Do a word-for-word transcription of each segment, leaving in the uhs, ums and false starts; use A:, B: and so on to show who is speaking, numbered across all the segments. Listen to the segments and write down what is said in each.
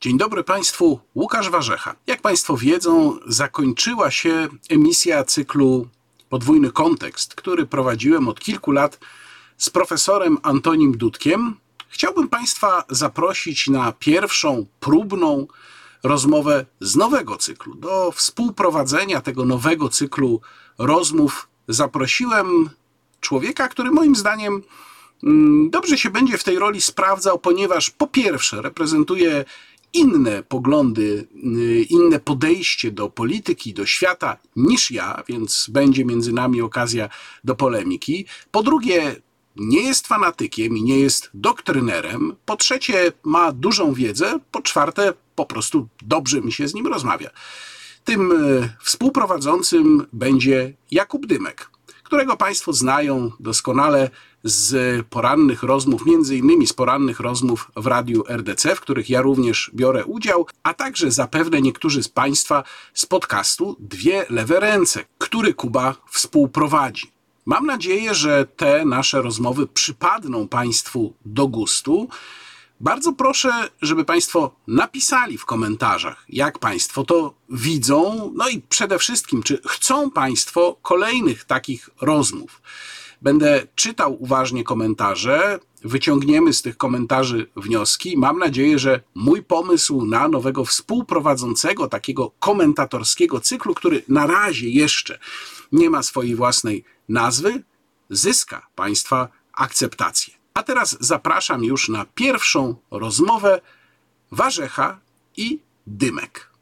A: Dzień dobry Państwu, Łukasz Warzecha. Jak Państwo wiedzą, zakończyła się emisja cyklu Podwójny Kontekst, który prowadziłem od kilku lat z profesorem Antonim Dudkiem. Chciałbym Państwa zaprosić na pierwszą, próbną rozmowę z nowego cyklu. Do współprowadzenia tego nowego cyklu rozmów zaprosiłem człowieka, który moim zdaniem dobrze się będzie w tej roli sprawdzał, ponieważ po pierwsze reprezentuje inne poglądy, inne podejście do polityki, do świata niż ja, więc będzie między nami okazja do polemiki. Po drugie, nie jest fanatykiem i nie jest doktrynerem. Po trzecie, ma dużą wiedzę. Po czwarte, po prostu dobrze mi się z nim rozmawia. Tym współprowadzącym będzie Jakub Dymek, którego Państwo znają doskonale z porannych rozmów, między innymi z porannych rozmów w Radiu R D C, w których ja również biorę udział, a także zapewne niektórzy z Państwa z podcastu Dwie lewe ręce, który Kuba współprowadzi. Mam nadzieję, że te nasze rozmowy przypadną Państwu do gustu. Bardzo proszę, żeby Państwo napisali w komentarzach, jak Państwo to widzą, no i przede wszystkim, czy chcą Państwo kolejnych takich rozmów. Będę czytał uważnie komentarze, wyciągniemy z tych komentarzy wnioski. Mam nadzieję, że mój pomysł na nowego współprowadzącego, takiego komentatorskiego cyklu, który na razie jeszcze nie ma swojej własnej nazwy, zyska Państwa akceptację. A teraz zapraszam już na pierwszą rozmowę Warzecha i Dymek.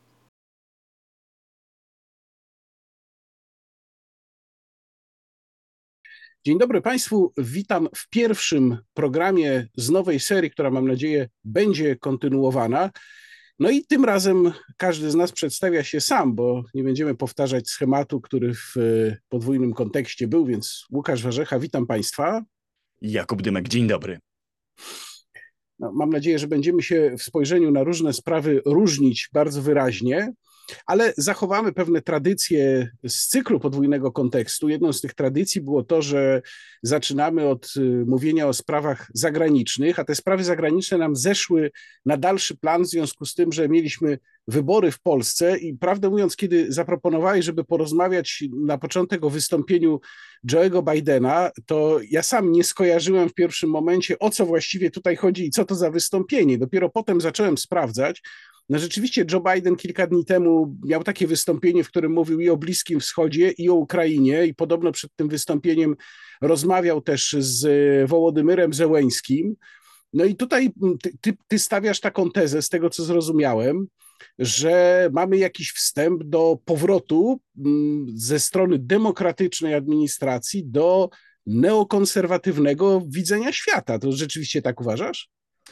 A: Dzień dobry Państwu, witam w pierwszym programie z nowej serii, która mam nadzieję będzie kontynuowana. No i tym razem każdy z nas przedstawia się sam, bo nie będziemy powtarzać schematu, który w podwójnym kontekście był, więc Łukasz Warzecha, witam Państwa.
B: Jakub Dymek, dzień dobry.
A: No, mam nadzieję, że będziemy się w spojrzeniu na różne sprawy różnić bardzo wyraźnie, ale zachowamy pewne tradycje z cyklu podwójnego kontekstu. Jedną z tych tradycji było to, że zaczynamy od mówienia o sprawach zagranicznych, a te sprawy zagraniczne nam zeszły na dalszy plan w związku z tym, że mieliśmy wybory w Polsce i prawdę mówiąc, kiedy zaproponowałeś, żeby porozmawiać na początek o wystąpieniu Joe'ego Bidena, to ja sam nie skojarzyłem w pierwszym momencie, o co właściwie tutaj chodzi i co to za wystąpienie. Dopiero potem zacząłem sprawdzać. No rzeczywiście Joe Biden kilka dni temu miał takie wystąpienie, w którym mówił i o Bliskim Wschodzie, i o Ukrainie i podobno przed tym wystąpieniem rozmawiał też z Wołodymyrem Zełeńskim. No i tutaj ty, ty, ty stawiasz taką tezę, z tego co zrozumiałem, że mamy jakiś wstęp do powrotu ze strony demokratycznej administracji do neokonserwatywnego widzenia świata. To rzeczywiście tak uważasz?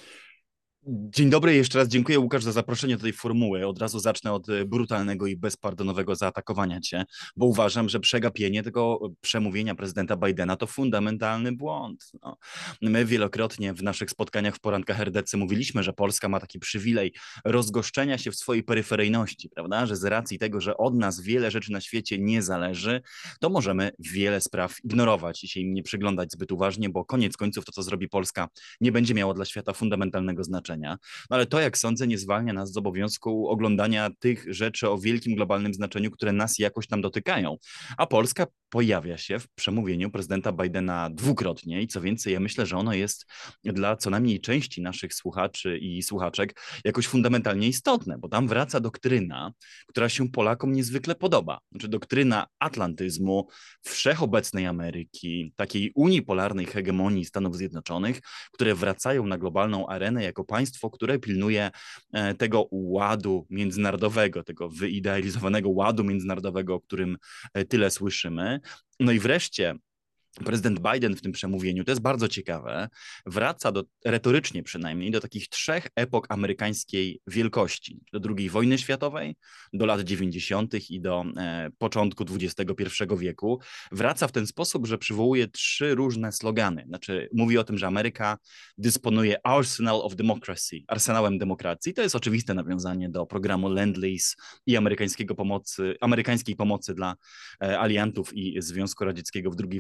B: Dzień dobry, jeszcze raz dziękuję Łukasz za zaproszenie do tej formuły. Od razu zacznę od brutalnego i bezpardonowego zaatakowania cię, bo uważam, że przegapienie tego przemówienia prezydenta Bidena to fundamentalny błąd. No. My wielokrotnie w naszych spotkaniach w porankach R D C mówiliśmy, że Polska ma taki przywilej rozgoszczenia się w swojej peryferyjności, prawda? Że z racji tego, że od nas wiele rzeczy na świecie nie zależy, to możemy wiele spraw ignorować i się im nie przyglądać zbyt uważnie, bo koniec końców to, co zrobi Polska, nie będzie miało dla świata fundamentalnego znaczenia. No ale to, jak sądzę, nie zwalnia nas z obowiązku oglądania tych rzeczy o wielkim globalnym znaczeniu, które nas jakoś tam dotykają. A Polska pojawia się w przemówieniu prezydenta Bidena dwukrotnie i co więcej, ja myślę, że ono jest dla co najmniej części naszych słuchaczy i słuchaczek jakoś fundamentalnie istotne, bo tam wraca doktryna, która się Polakom niezwykle podoba. Znaczy doktryna atlantyzmu, wszechobecnej Ameryki, takiej unipolarnej hegemonii Stanów Zjednoczonych, które wracają na globalną arenę jako państwo, które pilnuje tego ładu międzynarodowego, tego wyidealizowanego ładu międzynarodowego, o którym tyle słyszymy. No i wreszcie prezydent Biden w tym przemówieniu, to jest bardzo ciekawe, wraca do, retorycznie przynajmniej do takich trzech epok amerykańskiej wielkości. Do drugiej wojny światowej, do lat dziewięćdziesiątych i do e, początku dwudziestego pierwszego wieku. Wraca w ten sposób, że przywołuje trzy różne slogany. Znaczy mówi o tym, że Ameryka dysponuje Arsenal of Democracy, arsenałem demokracji. To jest oczywiste nawiązanie do programu Lend-Lease i amerykańskiego pomocy, amerykańskiej pomocy dla e, aliantów i Związku Radzieckiego w drugiej wojnie światowej.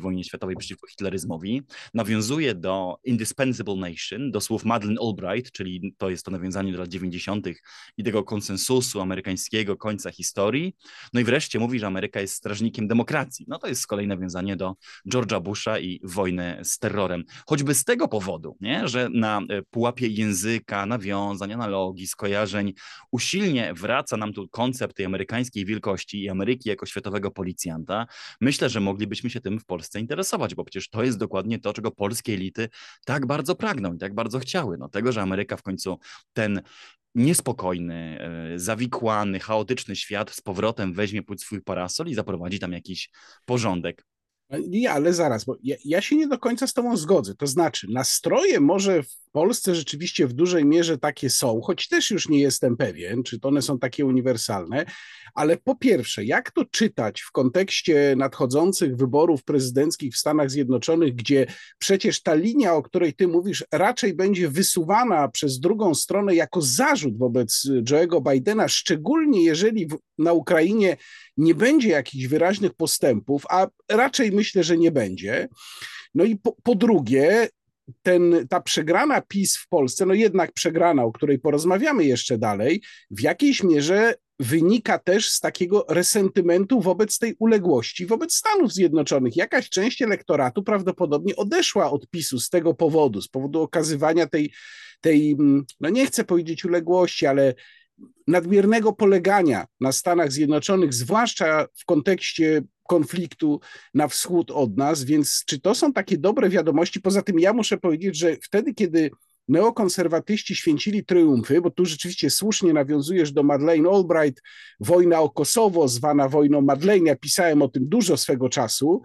B: światowej przeciwko hitleryzmowi. Nawiązuje do Indispensable Nation, do słów Madeleine Albright, czyli to jest to nawiązanie do lat dziewięćdziesiątych i tego konsensusu amerykańskiego końca historii. No i wreszcie mówi, że Ameryka jest strażnikiem demokracji. No to jest z kolei nawiązanie do George'a Busha i wojny z terrorem. Choćby z tego powodu, nie? Że na pułapie języka, nawiązań, analogii, skojarzeń usilnie wraca nam tu koncept tej amerykańskiej wielkości i Ameryki jako światowego policjanta. Myślę, że moglibyśmy się tym w Polsce interesować, bo przecież to jest dokładnie to, czego polskie elity tak bardzo pragną i tak bardzo chciały. No tego, że Ameryka w końcu ten niespokojny, zawikłany, chaotyczny świat z powrotem weźmie pod swój parasol i zaprowadzi tam jakiś porządek.
A: Nie, ale zaraz, bo ja, ja się nie do końca z tobą zgodzę. To znaczy, nastroje może w Polsce rzeczywiście w dużej mierze takie są, choć też już nie jestem pewien, czy to one są takie uniwersalne, ale po pierwsze, jak to czytać w kontekście nadchodzących wyborów prezydenckich w Stanach Zjednoczonych, gdzie przecież ta linia, o której ty mówisz, raczej będzie wysuwana przez drugą stronę jako zarzut wobec Joe'ego Bidena, szczególnie jeżeli w, na Ukrainie nie będzie jakichś wyraźnych postępów, a raczej myślę, że nie będzie. No i po, po drugie, ten, ta przegrana PiS w Polsce, no jednak przegrana, o której porozmawiamy jeszcze dalej, w jakiejś mierze wynika też z takiego resentymentu wobec tej uległości, wobec Stanów Zjednoczonych. Jakaś część elektoratu prawdopodobnie odeszła od PiSu z tego powodu, z powodu okazywania tej, tej no nie chcę powiedzieć uległości, ale nadmiernego polegania na Stanach Zjednoczonych, zwłaszcza w kontekście konfliktu na wschód od nas, więc czy to są takie dobre wiadomości? Poza tym ja muszę powiedzieć, że wtedy, kiedy neokonserwatyści święcili triumfy, bo tu rzeczywiście słusznie nawiązujesz do Madeleine Albright, wojna o Kosowo, zwana wojną Madeleine, ja pisałem o tym dużo swego czasu,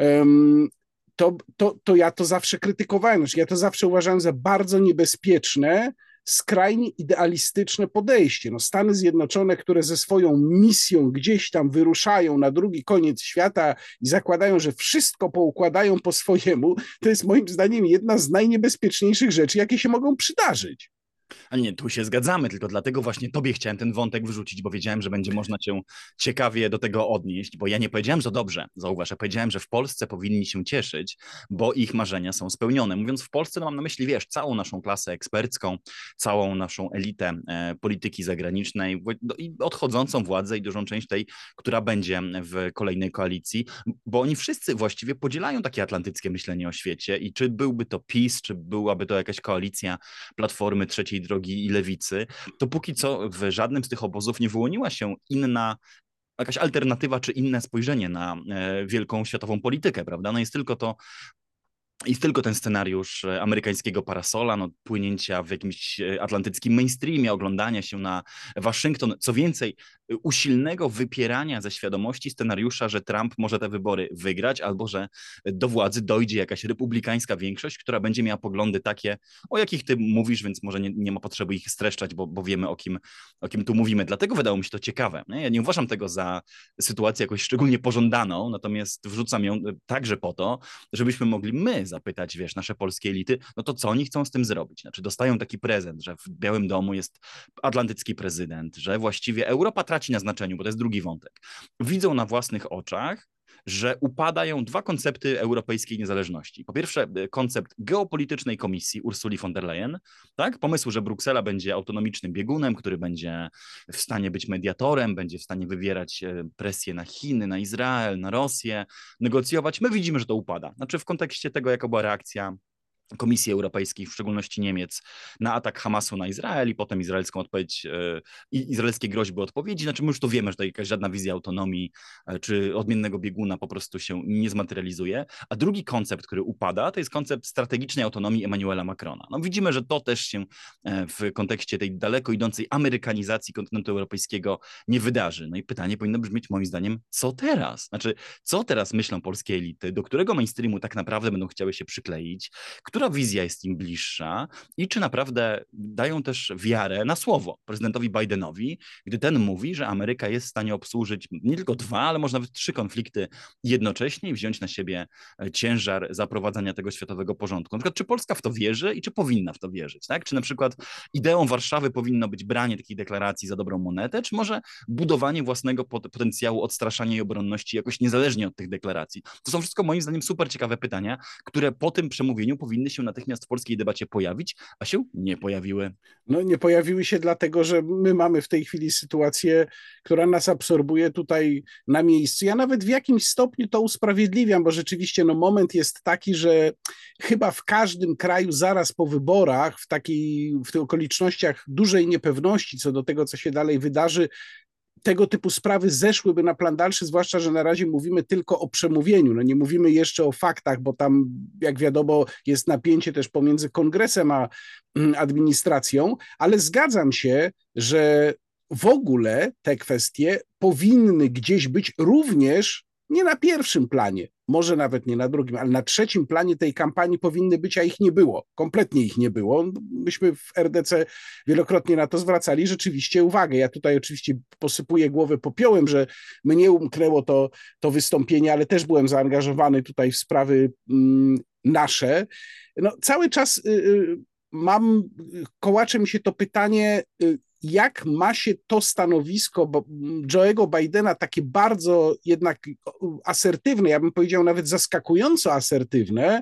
A: um, to, to, to ja to zawsze krytykowałem, ja to zawsze uważałem za bardzo niebezpieczne, skrajnie idealistyczne podejście. No Stany Zjednoczone, które ze swoją misją gdzieś tam wyruszają na drugi koniec świata i zakładają, że wszystko poukładają po swojemu, to jest moim zdaniem jedna z najniebezpieczniejszych rzeczy, jakie się mogą przydarzyć.
B: A nie, tu się zgadzamy, tylko dlatego właśnie tobie chciałem ten wątek wyrzucić, bo wiedziałem, że będzie można cię ciekawie do tego odnieść, bo ja nie powiedziałem, że dobrze, zauważ, ja powiedziałem, że w Polsce powinni się cieszyć, bo ich marzenia są spełnione. Mówiąc w Polsce, no mam na myśli, wiesz, całą naszą klasę ekspercką, całą naszą elitę e, polityki zagranicznej no, i odchodzącą władzę i dużą część tej, która będzie w kolejnej koalicji, bo oni wszyscy właściwie podzielają takie atlantyckie myślenie o świecie i czy byłby to PiS, czy byłaby to jakaś koalicja Platformy, Trzeciej Drogi i Lewicy, to póki co w żadnym z tych obozów nie wyłoniła się inna jakaś alternatywa czy inne spojrzenie na e, wielką światową politykę, prawda? No jest tylko to Jest tylko ten scenariusz amerykańskiego parasola, no, płynięcia w jakimś atlantyckim mainstreamie, oglądania się na Waszyngton. Co więcej, usilnego wypierania ze świadomości scenariusza, że Trump może te wybory wygrać, albo że do władzy dojdzie jakaś republikańska większość, która będzie miała poglądy takie, o jakich ty mówisz, więc może nie, nie ma potrzeby ich streszczać, bo, bo wiemy, o kim, o kim tu mówimy. Dlatego wydało mi się to ciekawe. Nie? Ja nie uważam tego za sytuację jakoś szczególnie pożądaną, natomiast wrzucam ją także po to, żebyśmy mogli my zapytać, wiesz, nasze polskie elity, no to co oni chcą z tym zrobić? Znaczy dostają taki prezent, że w Białym Domu jest atlantycki prezydent, że właściwie Europa traci na znaczeniu, bo to jest drugi wątek. Widzą na własnych oczach, że upadają dwa koncepty europejskiej niezależności. Po pierwsze, koncept geopolitycznej komisji Ursuli von der Leyen, tak? Pomysł, że Bruksela będzie autonomicznym biegunem, który będzie w stanie być mediatorem, będzie w stanie wywierać presję na Chiny, na Izrael, na Rosję, negocjować. My widzimy, że to upada. Znaczy w kontekście tego, jaka była reakcja Komisji Europejskiej, w szczególności Niemiec, na atak Hamasu na Izrael i potem izraelską odpowiedź e, i izraelskie groźby odpowiedzi. Znaczy my już to wiemy, że to jakaś żadna wizja autonomii e, czy odmiennego bieguna po prostu się nie zmaterializuje. A drugi koncept, który upada, to jest koncept strategicznej autonomii Emmanuela Macrona. No widzimy, że to też się e, w kontekście tej daleko idącej amerykanizacji kontynentu europejskiego nie wydarzy. No i pytanie powinno brzmieć moim zdaniem, co teraz? Znaczy, co teraz myślą polskie elity, do którego mainstreamu tak naprawdę będą chciały się przykleić, który która wizja jest im bliższa i czy naprawdę dają też wiarę na słowo prezydentowi Bidenowi, gdy ten mówi, że Ameryka jest w stanie obsłużyć nie tylko dwa, ale może nawet trzy konflikty jednocześnie i wziąć na siebie ciężar zaprowadzania tego światowego porządku. Na przykład, czy Polska w to wierzy i czy powinna w to wierzyć, tak? Czy na przykład ideą Warszawy powinno być branie takiej deklaracji za dobrą monetę, czy może budowanie własnego pot- potencjału odstraszania i obronności jakoś niezależnie od tych deklaracji? To są wszystko moim zdaniem super ciekawe pytania, które po tym przemówieniu powinny się natychmiast w polskiej debacie pojawić, a się nie pojawiły.
A: No nie pojawiły się dlatego, że my mamy w tej chwili sytuację, która nas absorbuje tutaj na miejscu. Ja nawet w jakimś stopniu to usprawiedliwiam, bo rzeczywiście no, moment jest taki, że chyba w każdym kraju zaraz po wyborach, w takiej, w tych okolicznościach dużej niepewności co do tego, co się dalej wydarzy, tego typu sprawy zeszłyby na plan dalszy, zwłaszcza, że na razie mówimy tylko o przemówieniu. No nie mówimy jeszcze o faktach, bo tam, jak wiadomo, jest napięcie też pomiędzy kongresem a administracją, ale zgadzam się, że w ogóle te kwestie powinny gdzieś być również nie na pierwszym planie, może nawet nie na drugim, ale na trzecim planie tej kampanii powinny być, a ich nie było. Kompletnie ich nie było. Myśmy w R D C wielokrotnie na to zwracali rzeczywiście uwagę. Ja tutaj oczywiście posypuję głowę popiołem, że mnie umknęło to, to wystąpienie, ale też byłem zaangażowany tutaj w sprawy mm, nasze. No, cały czas y, y, mam, kołacze mi się to pytanie, y, jak ma się to stanowisko Joe'ego Bidena, takie bardzo jednak asertywne, ja bym powiedział nawet zaskakująco asertywne,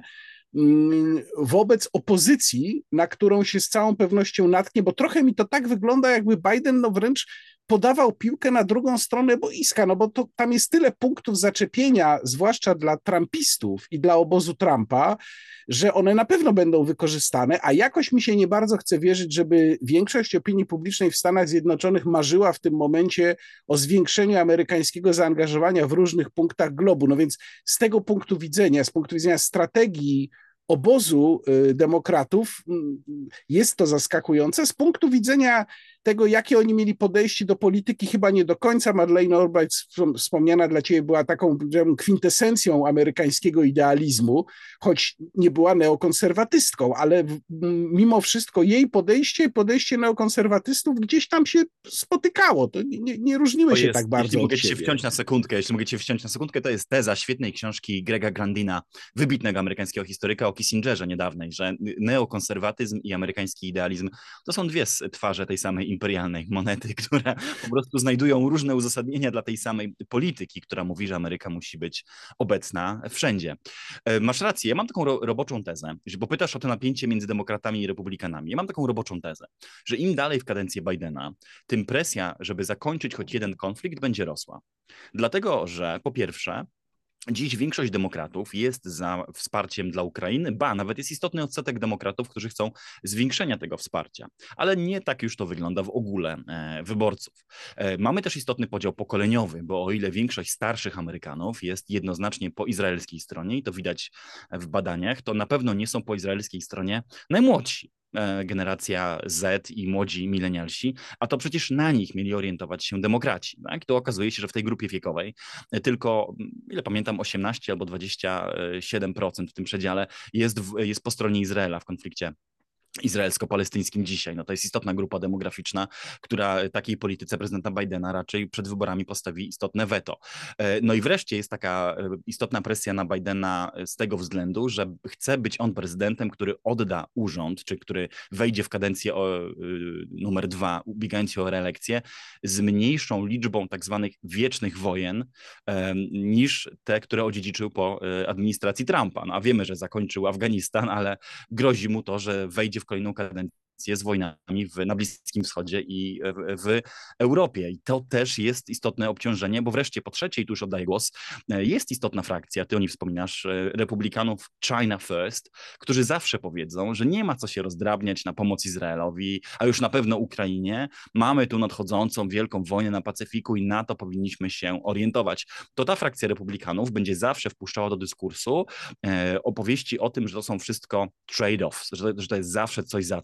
A: wobec opozycji, na którą się z całą pewnością natknie, bo trochę mi to tak wygląda, jakby Biden no wręcz podawał piłkę na drugą stronę boiska, no bo to, tam jest tyle punktów zaczepienia, zwłaszcza dla trumpistów i dla obozu Trumpa, że one na pewno będą wykorzystane, a jakoś mi się nie bardzo chce wierzyć, żeby większość opinii publicznej w Stanach Zjednoczonych marzyła w tym momencie o zwiększeniu amerykańskiego zaangażowania w różnych punktach globu. No więc z tego punktu widzenia, z punktu widzenia strategii obozu demokratów jest to zaskakujące. Z punktu widzenia tego, jakie oni mieli podejście do polityki, chyba nie do końca. Madeleine Albright wspomniana dla ciebie była taką kwintesencją amerykańskiego idealizmu, choć nie była neokonserwatystką, ale mimo wszystko jej podejście, podejście neokonserwatystów gdzieś tam się spotykało. To nie, nie różniły
B: To
A: się
B: jest,
A: tak bardzo
B: jeśli
A: od
B: mogę ci się
A: siebie.
B: wciąć na sekundkę, jeśli mogę ci się wciąć na sekundkę, to jest teza świetnej książki Grega Grandina, wybitnego amerykańskiego historyka o Kissingerze niedawnej, że neokonserwatyzm i amerykański idealizm to są dwie twarze tej samej imperialnej monety, które po prostu znajdują różne uzasadnienia dla tej samej polityki, która mówi, że Ameryka musi być obecna wszędzie. Masz rację, ja mam taką ro roboczą tezę, bo pytasz o to napięcie między demokratami i republikanami. Ja mam taką roboczą tezę, że im dalej w kadencji Bidena, tym presja, żeby zakończyć choć jeden konflikt, będzie rosła. Dlatego, że po pierwsze, dziś większość demokratów jest za wsparciem dla Ukrainy, ba, nawet jest istotny odsetek demokratów, którzy chcą zwiększenia tego wsparcia. Ale nie tak już to wygląda w ogóle e, wyborców. E, mamy też istotny podział pokoleniowy, bo o ile większość starszych Amerykanów jest jednoznacznie po izraelskiej stronie i to widać w badaniach, to na pewno nie są po izraelskiej stronie najmłodsi. Generacja Z i młodzi milenialsi, a to przecież na nich mieli orientować się demokraci. Tak? To okazuje się, że w tej grupie wiekowej tylko, ile pamiętam, osiemnaście albo dwadzieścia siedem procent w tym przedziale jest, w, jest po stronie Izraela w konflikcie izraelsko-palestyńskim dzisiaj. No to jest istotna grupa demograficzna, która takiej polityce prezydenta Bidena raczej przed wyborami postawi istotne weto. No i wreszcie jest taka istotna presja na Bidena z tego względu, że chce być on prezydentem, który odda urząd, czy który wejdzie w kadencję o, y, numer dwa, ubiegając się o reelekcję, z mniejszą liczbą tak zwanych wiecznych wojen y, niż te, które odziedziczył po y, administracji Trumpa. No a wiemy, że zakończył Afganistan, ale grozi mu to, że wejdzie w kolejną kadencję z wojnami w, na Bliskim Wschodzie i w, w Europie. I to też jest istotne obciążenie, bo wreszcie po trzecie, i tu już oddaję głos, jest istotna frakcja, ty o niej wspominasz, republikanów China First, którzy zawsze powiedzą, że nie ma co się rozdrabniać na pomoc Izraelowi, a już na pewno Ukrainie. Mamy tu nadchodzącą wielką wojnę na Pacyfiku i na to powinniśmy się orientować. To ta frakcja republikanów będzie zawsze wpuszczała do dyskursu e, opowieści o tym, że to są wszystko trade-offs, że, że to jest zawsze coś za coś. Nie można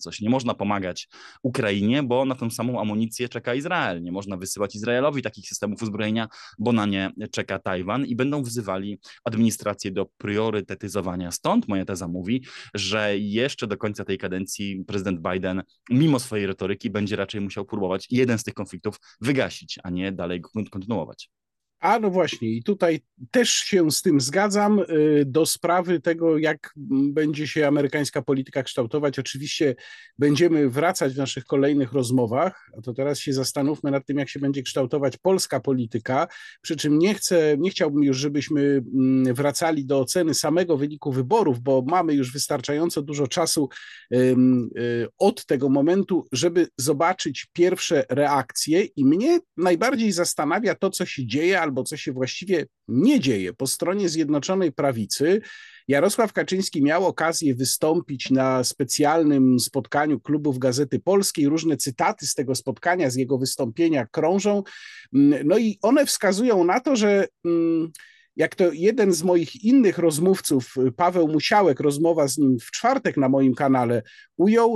B: można pomagać Ukrainie, bo na tą samą amunicję czeka Izrael. Nie można wysyłać Izraelowi takich systemów uzbrojenia, bo na nie czeka Tajwan i będą wzywali administrację do priorytetyzowania. Stąd moja teza mówi, że jeszcze do końca tej kadencji prezydent Biden, mimo swojej retoryki, będzie raczej musiał próbować jeden z tych konfliktów wygasić, a nie dalej go kontynuować.
A: A no właśnie, i tutaj też się z tym zgadzam. Y, Do sprawy tego, jak będzie się amerykańska polityka kształtować, oczywiście będziemy wracać w naszych kolejnych rozmowach, a to teraz się zastanówmy nad tym, jak się będzie kształtować polska polityka, przy czym nie chcę, nie chciałbym już, żebyśmy mm, wracali do oceny samego wyniku wyborów, bo mamy już wystarczająco dużo czasu ym, y, od tego momentu, żeby zobaczyć pierwsze reakcje i mnie najbardziej zastanawia to, co się dzieje, albo co się właściwie nie dzieje po stronie Zjednoczonej Prawicy. Jarosław Kaczyński miał okazję wystąpić na specjalnym spotkaniu klubów Gazety Polskiej. Różne cytaty z tego spotkania, z jego wystąpienia krążą. No i one wskazują na to, że jak to jeden z moich innych rozmówców, Paweł Musiałek, rozmowa z nim w czwartek na moim kanale ujął,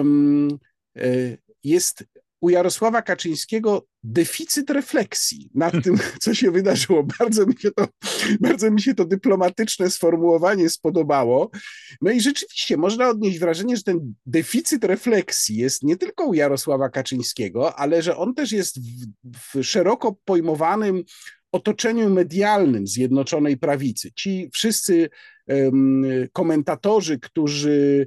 A: jest u Jarosława Kaczyńskiego deficyt refleksji nad tym, co się wydarzyło. Bardzo mi się to, bardzo mi się to dyplomatyczne sformułowanie spodobało. No i rzeczywiście można odnieść wrażenie, że ten deficyt refleksji jest nie tylko u Jarosława Kaczyńskiego, ale że on też jest w, w szeroko pojmowanym otoczeniu medialnym Zjednoczonej Prawicy. Ci wszyscy um, komentatorzy, którzy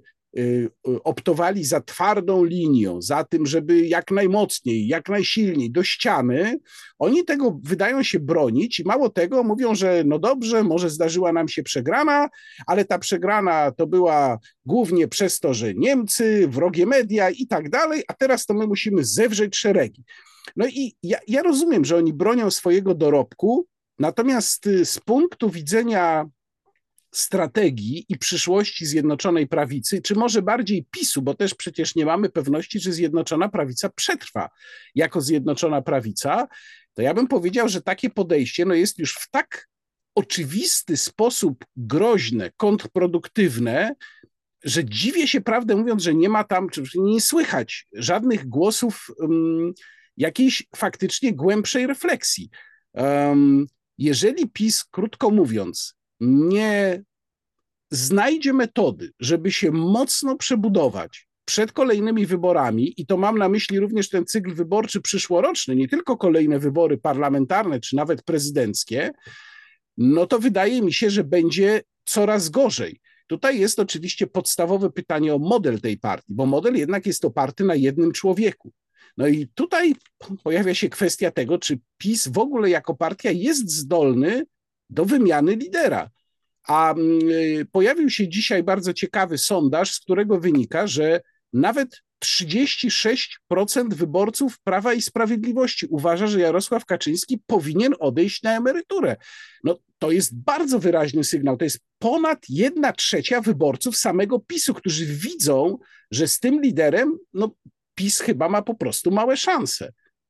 A: optowali za twardą linią, za tym, żeby jak najmocniej, jak najsilniej, do ściany, oni tego wydają się bronić i mało tego mówią, że no dobrze, może zdarzyła nam się przegrana, ale ta przegrana to była głównie przez to, że Niemcy, wrogie media i tak dalej, a teraz to my musimy zewrzeć szeregi. No i ja, ja rozumiem, że oni bronią swojego dorobku, natomiast z punktu widzenia strategii i przyszłości Zjednoczonej Prawicy, czy może bardziej PiSu, bo też przecież nie mamy pewności, że Zjednoczona Prawica przetrwa jako Zjednoczona Prawica, to ja bym powiedział, że takie podejście no jest już w tak oczywisty sposób groźne, kontrproduktywne, że dziwię się, prawdę mówiąc, że nie ma tam, czy nie słychać żadnych głosów um, jakiejś faktycznie głębszej refleksji. Um, jeżeli PiS, krótko mówiąc, nie znajdzie metody, żeby się mocno przebudować przed kolejnymi wyborami, i to mam na myśli również ten cykl wyborczy przyszłoroczny, nie tylko kolejne wybory parlamentarne czy nawet prezydenckie, no to wydaje mi się, że będzie coraz gorzej. Tutaj jest oczywiście podstawowe pytanie o model tej partii, bo model jednak jest oparty na jednym człowieku. No i tutaj pojawia się kwestia tego, czy PiS w ogóle jako partia jest zdolny do wymiany lidera. A pojawił się dzisiaj bardzo ciekawy sondaż, z którego wynika, że nawet trzydzieści sześć procent wyborców Prawa i Sprawiedliwości uważa, że Jarosław Kaczyński powinien odejść na emeryturę. No, to jest bardzo wyraźny sygnał. To jest ponad jedna trzecia wyborców samego PiSu, którzy widzą, że z tym liderem no, PiS chyba ma po prostu małe szanse.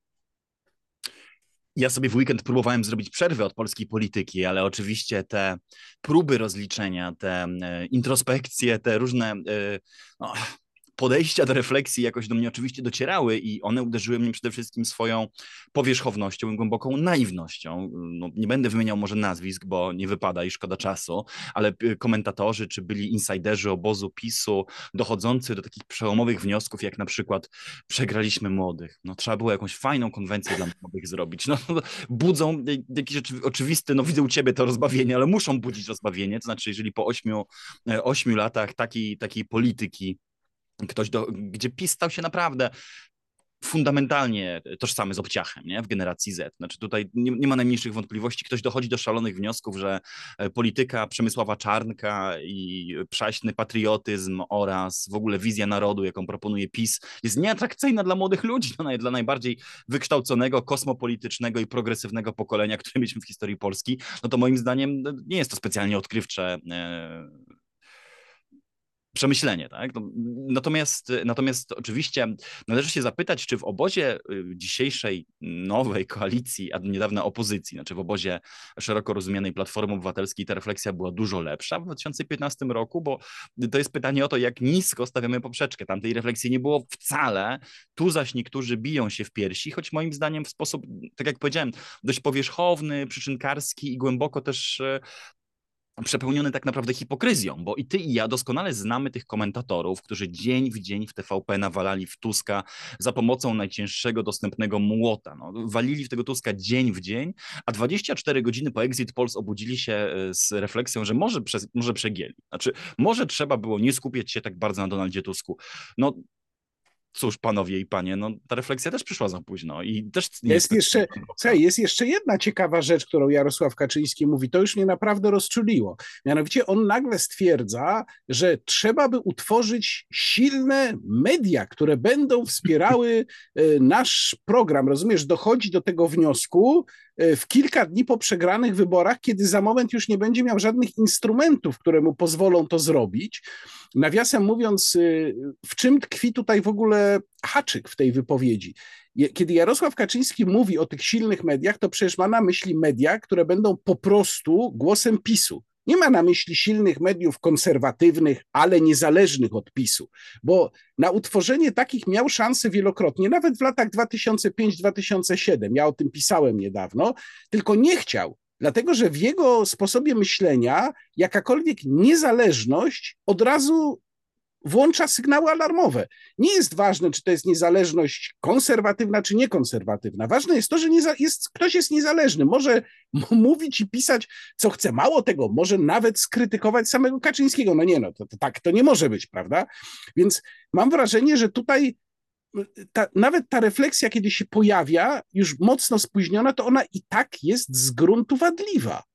B: Ja sobie w weekend próbowałem zrobić przerwę od polskiej polityki, ale oczywiście te próby rozliczenia, te introspekcje, te różne no, podejścia do refleksji jakoś do mnie oczywiście docierały i one uderzyły mnie przede wszystkim swoją powierzchownością i głęboką naiwnością. No, nie będę wymieniał może nazwisk, bo nie wypada i szkoda czasu, ale komentatorzy czy byli insiderzy obozu PiSu dochodzący do takich przełomowych wniosków, jak na przykład przegraliśmy młodych. No, trzeba było jakąś fajną konwencję dla młodych zrobić. No, budzą jakieś oczywiste, no widzę u ciebie to rozbawienie, ale muszą budzić rozbawienie. To znaczy, jeżeli po ośmiu, ośmiu latach takiej, takiej polityki ktoś, do, gdzie PiS stał się naprawdę fundamentalnie tożsamy z obciachem, nie? W generacji Z. Znaczy tutaj nie, nie ma najmniejszych wątpliwości. Ktoś dochodzi do szalonych wniosków, że polityka Przemysława Czarnka i przaśny patriotyzm oraz w ogóle wizja narodu, jaką proponuje PiS, jest nieatrakcyjna dla młodych ludzi, no, dla najbardziej wykształconego, kosmopolitycznego i progresywnego pokolenia, które mieliśmy w historii Polski. No to moim zdaniem nie jest to specjalnie odkrywcze Przemyślenie, tak? No, Natomiast, natomiast oczywiście należy się zapytać, czy w obozie y, dzisiejszej nowej koalicji, a niedawna opozycji, znaczy w obozie szeroko rozumianej Platformy Obywatelskiej ta refleksja była dużo lepsza w dwa tysiące piętnastym roku, bo to jest pytanie o to, jak nisko stawiamy poprzeczkę. Tam tej refleksji nie było wcale, tu zaś niektórzy biją się w piersi, choć moim zdaniem w sposób, tak jak powiedziałem, dość powierzchowny, przyczynkarski i głęboko też y, przepełniony tak naprawdę hipokryzją, bo i ty i ja doskonale znamy tych komentatorów, którzy dzień w dzień w T V P nawalali w Tuska za pomocą najcięższego dostępnego młota. No, walili w tego Tuska dzień w dzień, a dwadzieścia cztery godziny po Exit Polls obudzili się e, z refleksją, że może, prze, może przegięli. Znaczy, może trzeba było nie skupiać się tak bardzo na Donaldzie Tusku. No cóż, panowie i panie, no ta refleksja też przyszła za późno i też nie jest
A: Jest jeszcze,
B: specjalnie głęboka.
A: słuchaj, jest jeszcze jedna ciekawa rzecz, którą Jarosław Kaczyński mówi. To już mnie naprawdę rozczuliło. Mianowicie on nagle stwierdza, że trzeba by utworzyć silne media, które będą wspierały e, nasz program. Rozumiesz, dochodzi do tego wniosku e, w kilka dni po przegranych wyborach, kiedy za moment już nie będzie miał żadnych instrumentów, które mu pozwolą to zrobić. Nawiasem mówiąc, e, w czym tkwi tutaj w ogóle haczyk w tej wypowiedzi? Kiedy Jarosław Kaczyński mówi o tych silnych mediach, to przecież ma na myśli media, które będą po prostu głosem PiSu. Nie ma na myśli silnych mediów konserwatywnych, ale niezależnych od PiSu, bo na utworzenie takich miał szansę wielokrotnie, nawet w latach dwa tysiące piąty do dwa tysiące siódmego. Ja o tym pisałem niedawno, tylko nie chciał, dlatego że w jego sposobie myślenia jakakolwiek niezależność od razu włącza sygnały alarmowe. Nie jest ważne, czy to jest niezależność konserwatywna, czy niekonserwatywna. Ważne jest to, że jest, ktoś jest niezależny. Może mówić i pisać, co chce. Mało tego, może nawet skrytykować samego Kaczyńskiego. No nie, no to, to tak to nie może być, prawda? Więc mam wrażenie, że tutaj ta, nawet ta refleksja, kiedy się pojawia, już mocno spóźniona, to ona i tak jest z gruntu wadliwa.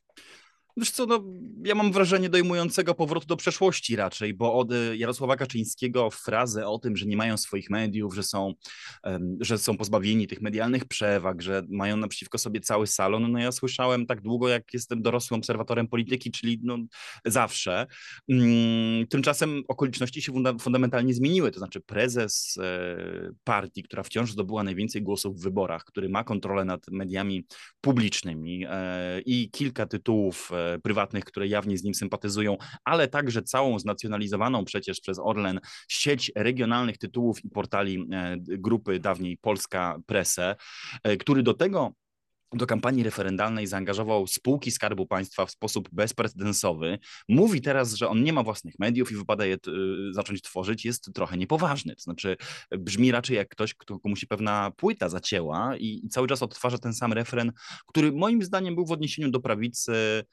B: Wiesz co, no, ja mam wrażenie dojmującego powrotu do przeszłości raczej, bo od y, Jarosława Kaczyńskiego frazę o tym, że nie mają swoich mediów, że są, um, że są pozbawieni tych medialnych przewag, że mają naprzeciwko sobie cały salon, no ja słyszałem tak długo, jak jestem dorosłym obserwatorem polityki, czyli no, zawsze. Um, tymczasem okoliczności się funda fundamentalnie zmieniły, to znaczy prezes e, partii, która wciąż zdobyła najwięcej głosów w wyborach, który ma kontrolę nad mediami publicznymi e, i kilka tytułów e, prywatnych, które jawnie z nim sympatyzują, ale także całą znacjonalizowaną przecież przez Orlen sieć regionalnych tytułów i portali e, grupy dawniej Polska Presse, e, który do tego do kampanii referendalnej zaangażował spółki Skarbu Państwa w sposób bezprecedensowy. Mówi teraz, że on nie ma własnych mediów i wypada je zacząć tworzyć, jest trochę niepoważny. To znaczy brzmi raczej jak ktoś, kto, komu się pewna płyta zacięła i, i cały czas odtwarza ten sam refren, który moim zdaniem był w odniesieniu do prawicy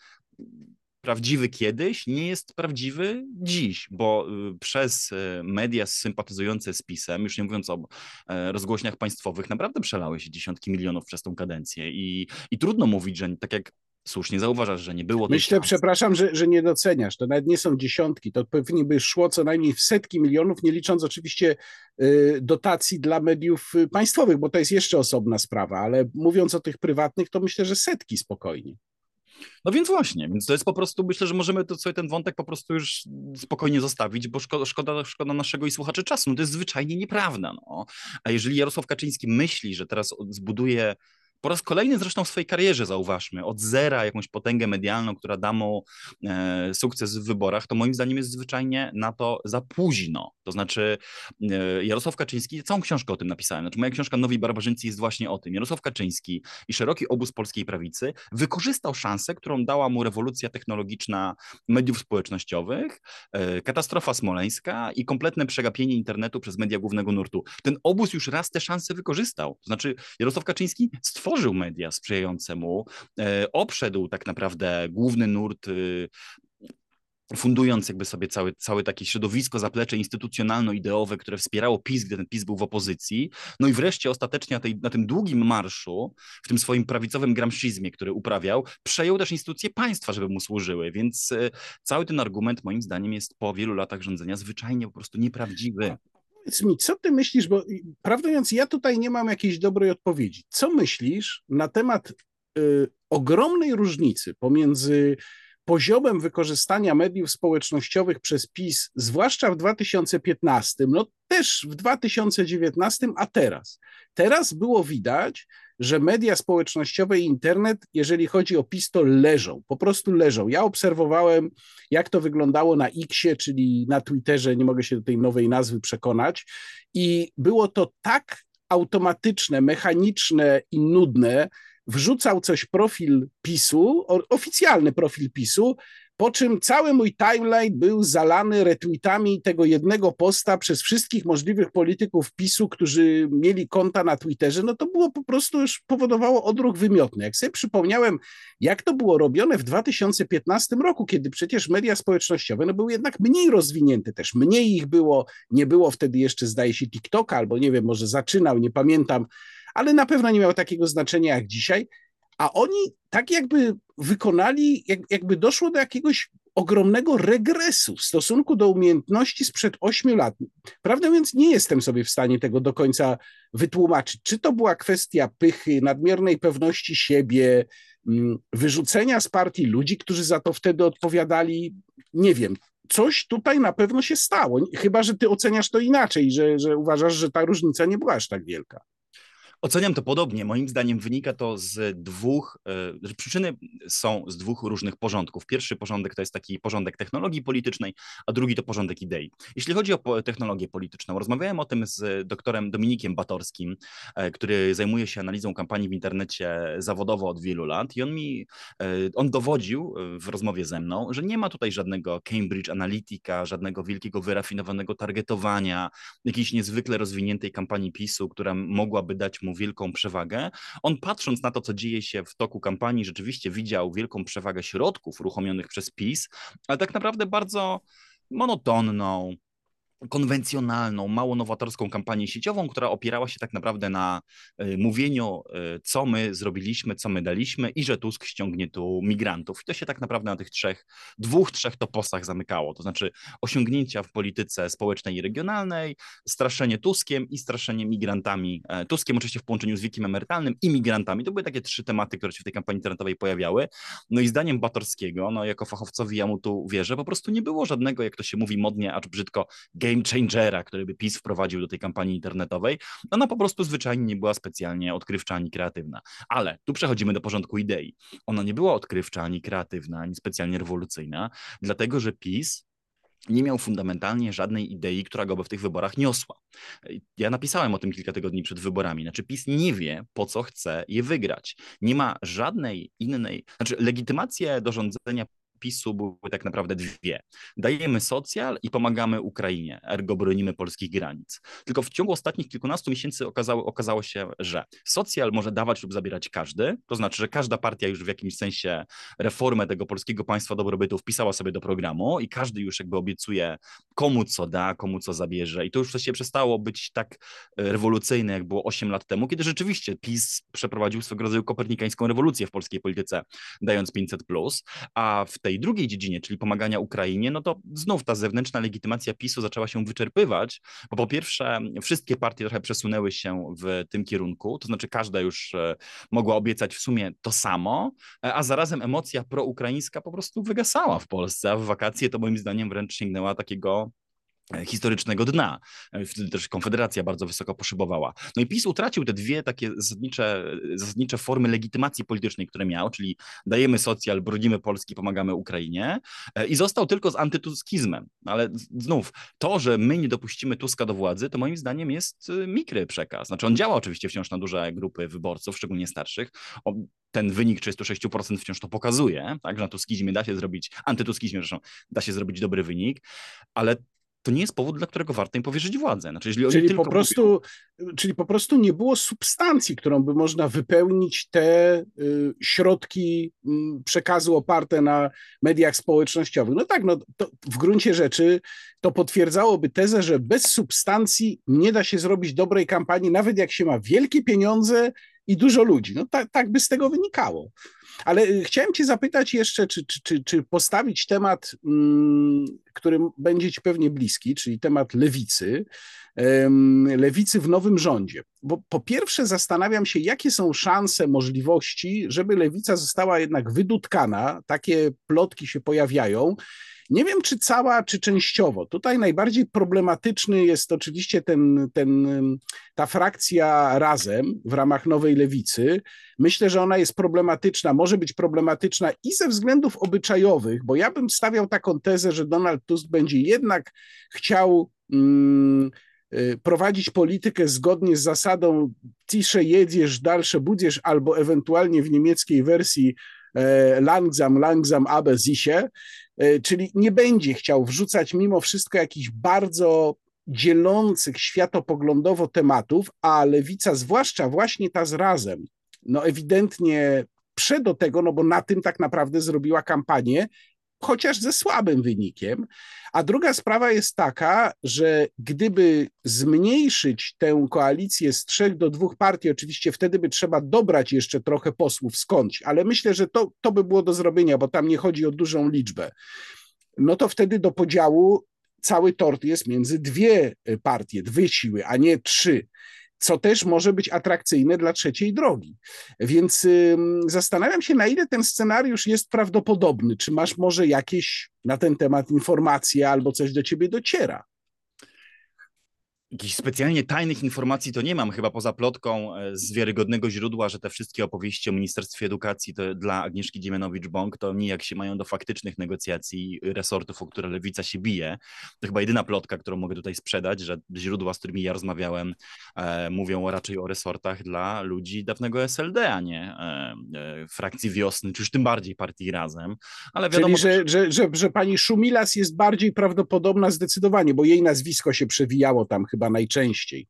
B: prawdziwy kiedyś, nie jest prawdziwy dziś, bo przez media sympatyzujące z PiS-em, już nie mówiąc o rozgłośniach państwowych, naprawdę przelały się dziesiątki milionów przez tą kadencję i, i trudno mówić, że tak jak słusznie zauważasz, że nie było tej
A: Myślę,
B: szansy.
A: przepraszam, że, że nie doceniasz. To nawet nie są dziesiątki, to pewnie by szło co najmniej w setki milionów, nie licząc oczywiście y, dotacji dla mediów państwowych, bo to jest jeszcze osobna sprawa, ale mówiąc o tych prywatnych, to myślę, że setki spokojnie.
B: No więc właśnie, więc to jest po prostu, myślę, że możemy to sobie ten wątek po prostu już spokojnie zostawić, bo szkoda, szkoda, szkoda naszego i słuchaczy czasu. No to jest zwyczajnie nieprawda. No. A jeżeli Jarosław Kaczyński myśli, że teraz zbuduje po raz kolejny zresztą w swojej karierze, zauważmy, od zera jakąś potęgę medialną, która da mu e, sukces w wyborach, to moim zdaniem jest zwyczajnie na to za późno. To znaczy e, Jarosław Kaczyński, całą książkę o tym napisałem, znaczy moja książka Nowi Barbarzyńcy jest właśnie o tym. Jarosław Kaczyński i szeroki obóz polskiej prawicy wykorzystał szansę, którą dała mu rewolucja technologiczna mediów społecznościowych, e, katastrofa smoleńska i kompletne przegapienie internetu przez media głównego nurtu. Ten obóz już raz te szanse wykorzystał. To znaczy Jarosław Kaczyński stworzył Stworzył media sprzyjające mu, e, obszedł tak naprawdę główny nurt, e, fundując jakby sobie cały, całe takie środowisko, zaplecze instytucjonalno-ideowe, które wspierało PiS, gdy ten PiS był w opozycji. No i wreszcie ostatecznie na, tej, na tym długim marszu, w tym swoim prawicowym gramscizmie, który uprawiał, przejął też instytucje państwa, żeby mu służyły, więc e, cały ten argument moim zdaniem jest po wielu latach rządzenia zwyczajnie po prostu nieprawdziwy.
A: Powiedz mi, co ty myślisz, bo prawdę mówiąc, ja tutaj nie mam jakiejś dobrej odpowiedzi. Co myślisz na temat y, ogromnej różnicy pomiędzy poziomem wykorzystania mediów społecznościowych przez PiS, zwłaszcza w dwa tysiące piętnastym, no też w dwa tysiące dziewiętnastym, a teraz. Teraz było widać, że media społecznościowe i internet, jeżeli chodzi o PiS, to leżą, po prostu leżą. Ja obserwowałem, jak to wyglądało na X-ie, czyli na Twitterze, nie mogę się do tej nowej nazwy przekonać, i było to tak automatyczne, mechaniczne i nudne. Wrzucał coś profil PiSu, oficjalny profil PiSu, po czym cały mój timeline był zalany retweetami tego jednego posta przez wszystkich możliwych polityków PiSu, którzy mieli konta na Twitterze. No to było po prostu już powodowało odruch wymiotny. Jak sobie przypomniałem, jak to było robione w dwa tysiące piętnastym roku, kiedy przecież media społecznościowe no, były jednak mniej rozwinięte, też mniej ich było, nie było wtedy jeszcze, zdaje się, TikToka, albo nie wiem, może zaczynał, nie pamiętam, ale na pewno nie miał takiego znaczenia jak dzisiaj, a oni tak jakby wykonali, jak, jakby doszło do jakiegoś ogromnego regresu w stosunku do umiejętności sprzed ośmiu lat. Prawdę mówiąc, nie jestem sobie w stanie tego do końca wytłumaczyć. Czy to była kwestia pychy, nadmiernej pewności siebie, wyrzucenia z partii ludzi, którzy za to wtedy odpowiadali? Nie wiem. Coś tutaj na pewno się stało, chyba że ty oceniasz to inaczej, że, że uważasz, że ta różnica nie była aż tak wielka.
B: Oceniam to podobnie. Moim zdaniem wynika to z dwóch, że przyczyny są z dwóch różnych porządków. Pierwszy porządek to jest taki porządek technologii politycznej, a drugi to porządek idei. Jeśli chodzi o technologię polityczną, rozmawiałem o tym z doktorem Dominikiem Batorskim, który zajmuje się analizą kampanii w internecie zawodowo od wielu lat i on mi, on dowodził w rozmowie ze mną, że nie ma tutaj żadnego Cambridge Analytica, żadnego wielkiego wyrafinowanego targetowania, jakiejś niezwykle rozwiniętej kampanii PiSu, która mogłaby dać mu wielką przewagę. On patrząc na to, co dzieje się w toku kampanii, rzeczywiście widział wielką przewagę środków uruchomionych przez PiS, ale tak naprawdę bardzo monotonną, konwencjonalną, mało nowatorską kampanię sieciową, która opierała się tak naprawdę na y, mówieniu, y, co my zrobiliśmy, co my daliśmy i że Tusk ściągnie tu migrantów. I to się tak naprawdę na tych trzech, dwóch, trzech toposach zamykało. To znaczy osiągnięcia w polityce społecznej i regionalnej, straszenie Tuskiem i straszenie migrantami. E, Tuskiem oczywiście w połączeniu z wiekiem emerytalnym i migrantami. To były takie trzy tematy, które się w tej kampanii internetowej pojawiały. No i zdaniem Batorskiego, no jako fachowcowi ja mu tu wierzę, po prostu nie było żadnego, jak to się mówi modnie, acz brzydko, game changera, który by PiS wprowadził do tej kampanii internetowej. Ona po prostu zwyczajnie nie była specjalnie odkrywcza ani kreatywna. Ale tu przechodzimy do porządku idei. Ona nie była odkrywcza ani kreatywna, ani specjalnie rewolucyjna, dlatego że PiS nie miał fundamentalnie żadnej idei, która go by w tych wyborach niosła. Ja napisałem o tym kilka tygodni przed wyborami. Znaczy PiS nie wie, po co chce je wygrać. Nie ma żadnej innej... Znaczy legitymację do rządzenia PiSu były tak naprawdę dwie. Dajemy socjal i pomagamy Ukrainie, ergo bronimy polskich granic. Tylko w ciągu ostatnich kilkunastu miesięcy okazało, okazało się, że socjal może dawać lub zabierać każdy, to znaczy, że każda partia już w jakimś sensie reformę tego polskiego państwa dobrobytu wpisała sobie do programu i każdy już jakby obiecuje komu co da, komu co zabierze i to już właściwie przestało być tak rewolucyjne, jak było osiem lat temu, kiedy rzeczywiście PiS przeprowadził swego rodzaju kopernikańską rewolucję w polskiej polityce, dając pięćset plus, a w tej drugiej dziedzinie, czyli pomagania Ukrainie, no to znów ta zewnętrzna legitymacja PiSu zaczęła się wyczerpywać, bo po pierwsze wszystkie partie trochę przesunęły się w tym kierunku, to znaczy każda już mogła obiecać w sumie to samo, a zarazem emocja proukraińska po prostu wygasała w Polsce, a w wakacje to moim zdaniem wręcz sięgnęła takiego historycznego dna. Wtedy też Konfederacja bardzo wysoko poszybowała. No i PiS utracił te dwie takie zasadnicze, zasadnicze formy legitymacji politycznej, które miał, czyli dajemy socjal, bronimy Polski, pomagamy Ukrainie i został tylko z antytuskizmem. Ale znów, to, że my nie dopuścimy Tuska do władzy, to moim zdaniem jest mikry przekaz. Znaczy on działa oczywiście wciąż na duże grupy wyborców, szczególnie starszych. O, ten wynik trzydzieści sześć procent wciąż to pokazuje, tak, że na tuskizmie da się zrobić, antytuskizmie zresztą, da się zrobić dobry wynik, ale to nie jest powód, dla którego warto im powierzyć władzę. Znaczy, jeżeli oni
A: czyli,
B: tylko
A: po prostu,
B: mówią...
A: czyli po prostu nie było substancji, którą by można wypełnić te y, środki y, przekazu oparte na mediach społecznościowych. No tak, no to w gruncie rzeczy to potwierdzałoby tezę, że bez substancji nie da się zrobić dobrej kampanii, nawet jak się ma wielkie pieniądze i dużo ludzi. No tak, tak by z tego wynikało. Ale y, chciałem cię zapytać jeszcze, czy, czy, czy, czy postawić temat, mm, który będzie ci pewnie bliski, czyli temat lewicy, em, lewicy w nowym rządzie. Bo po pierwsze zastanawiam się, jakie są szanse, możliwości, żeby lewica została jednak wydutkana. Takie plotki się pojawiają. Nie wiem, czy cała, czy częściowo. Tutaj najbardziej problematyczny jest oczywiście ten, ten, ta frakcja Razem w ramach Nowej Lewicy. Myślę, że ona jest problematyczna, może być problematyczna i ze względów obyczajowych, bo ja bym stawiał taką tezę, że Donald Tusk będzie jednak chciał mm, y, prowadzić politykę zgodnie z zasadą cisze jedziesz, dalsze budziesz, albo ewentualnie w niemieckiej wersji e, langsam, langsam, aber sicher, e, czyli nie będzie chciał wrzucać mimo wszystko jakichś bardzo dzielących światopoglądowo tematów, a lewica, zwłaszcza właśnie ta z Razem, no ewidentnie prze do tego, no bo na tym tak naprawdę zrobiła kampanię, chociaż ze słabym wynikiem. A druga sprawa jest taka, że gdyby zmniejszyć tę koalicję z trzech do dwóch partii, oczywiście wtedy by trzeba dobrać jeszcze trochę posłów skądś, ale myślę, że to, to by było do zrobienia, bo tam nie chodzi o dużą liczbę. No to wtedy do podziału cały tort jest między dwie partie, dwie siły, a nie trzy, co też może być atrakcyjne dla trzeciej drogi. Więc y, zastanawiam się, na ile ten scenariusz jest prawdopodobny. Czy masz może jakieś na ten temat informacje albo coś do ciebie dociera?
B: Jakichś specjalnie tajnych informacji to nie mam, chyba poza plotką e, z wiarygodnego źródła, że te wszystkie opowieści o Ministerstwie Edukacji to dla Agnieszki Dziemianowicz-Bąk to nijak się mają do faktycznych negocjacji resortów, o które Lewica się bije. To chyba jedyna plotka, którą mogę tutaj sprzedać, że źródła, z którymi ja rozmawiałem, e, mówią raczej o resortach dla ludzi dawnego S L D, a nie e, e, frakcji Wiosny, czy już tym bardziej partii Razem. Ale
A: Czyli,
B: wiadomo też,
A: że, że, że, że pani Szumilas jest bardziej prawdopodobna zdecydowanie, bo jej nazwisko się przewijało tam chyba najczęściej.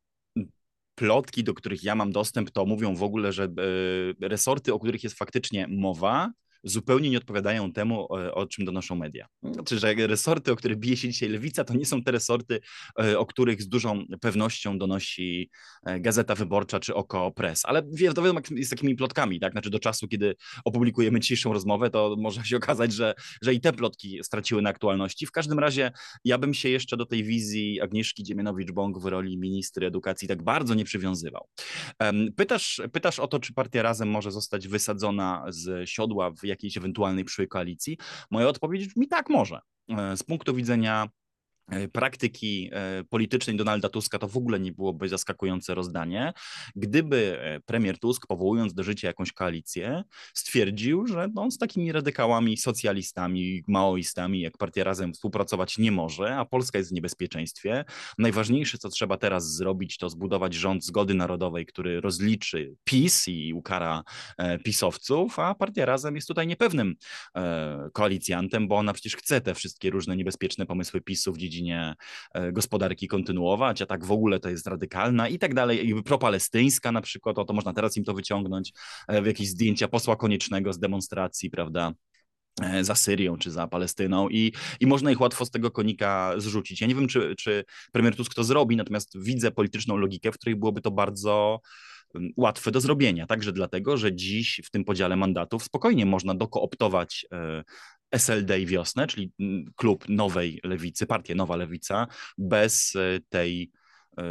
B: plotki, do których ja mam dostęp, to mówią w ogóle, że e, resorty, o których jest faktycznie mowa, zupełnie nie odpowiadają temu, e, o czym donoszą media. Znaczy, że resorty, o które bije się dzisiaj Lewica, to nie są te resorty, e, o których z dużą pewnością donosi e, Gazeta Wyborcza czy Oko Press. Ale wie- to wiadomo, jak jest takimi plotkami, tak? Znaczy do czasu, kiedy opublikujemy dzisiejszą rozmowę, to może się okazać, że, że i te plotki straciły na aktualności. W każdym razie ja bym się jeszcze do tej wizji Agnieszki Dziemianowicz-Bąk w roli ministry edukacji tak bardzo nie przywiązywał. Em, Pytasz, pytasz o to, czy partia Razem może zostać wysadzona z siodła w jakiejś ewentualnej przyszłej koalicji? Moja odpowiedź brzmi tak, może. E, Z punktu widzenia e, praktyki e, politycznej Donalda Tuska to w ogóle nie byłoby zaskakujące rozdanie, gdyby e, premier Tusk, powołując do życia jakąś koalicję, stwierdził, że no, on z takimi radykałami, socjalistami, maoistami, jak Partia Razem współpracować nie może, a Polska jest w niebezpieczeństwie. Najważniejsze, co trzeba teraz zrobić, to zbudować rząd zgody narodowej, który rozliczy PiS i ukara e, pisowców, a Partia Razem jest tutaj niepewnym e, koalicjantem, bo ona przecież chce te wszystkie różne niebezpieczne pomysły PiSu w dziedzinie e, gospodarki kontynuować, a tak w ogóle to jest radykalna i tak dalej, i propalestyńska na przykład, o to można teraz im to wyciągnąć e, w jakieś zdjęcia posła Koniecznego z demonstracji, prawda, e, za Syrią czy za Palestyną i, i można ich łatwo z tego konika zrzucić. Ja nie wiem, czy, czy premier Tusk to zrobi, natomiast widzę polityczną logikę, w której byłoby to bardzo um, łatwe do zrobienia. Także dlatego, że dziś w tym podziale mandatów spokojnie można dokooptować e, S L D i Wiosnę, czyli mm, klub Nowej Lewicy, partię Nowa Lewica, bez e, tej e,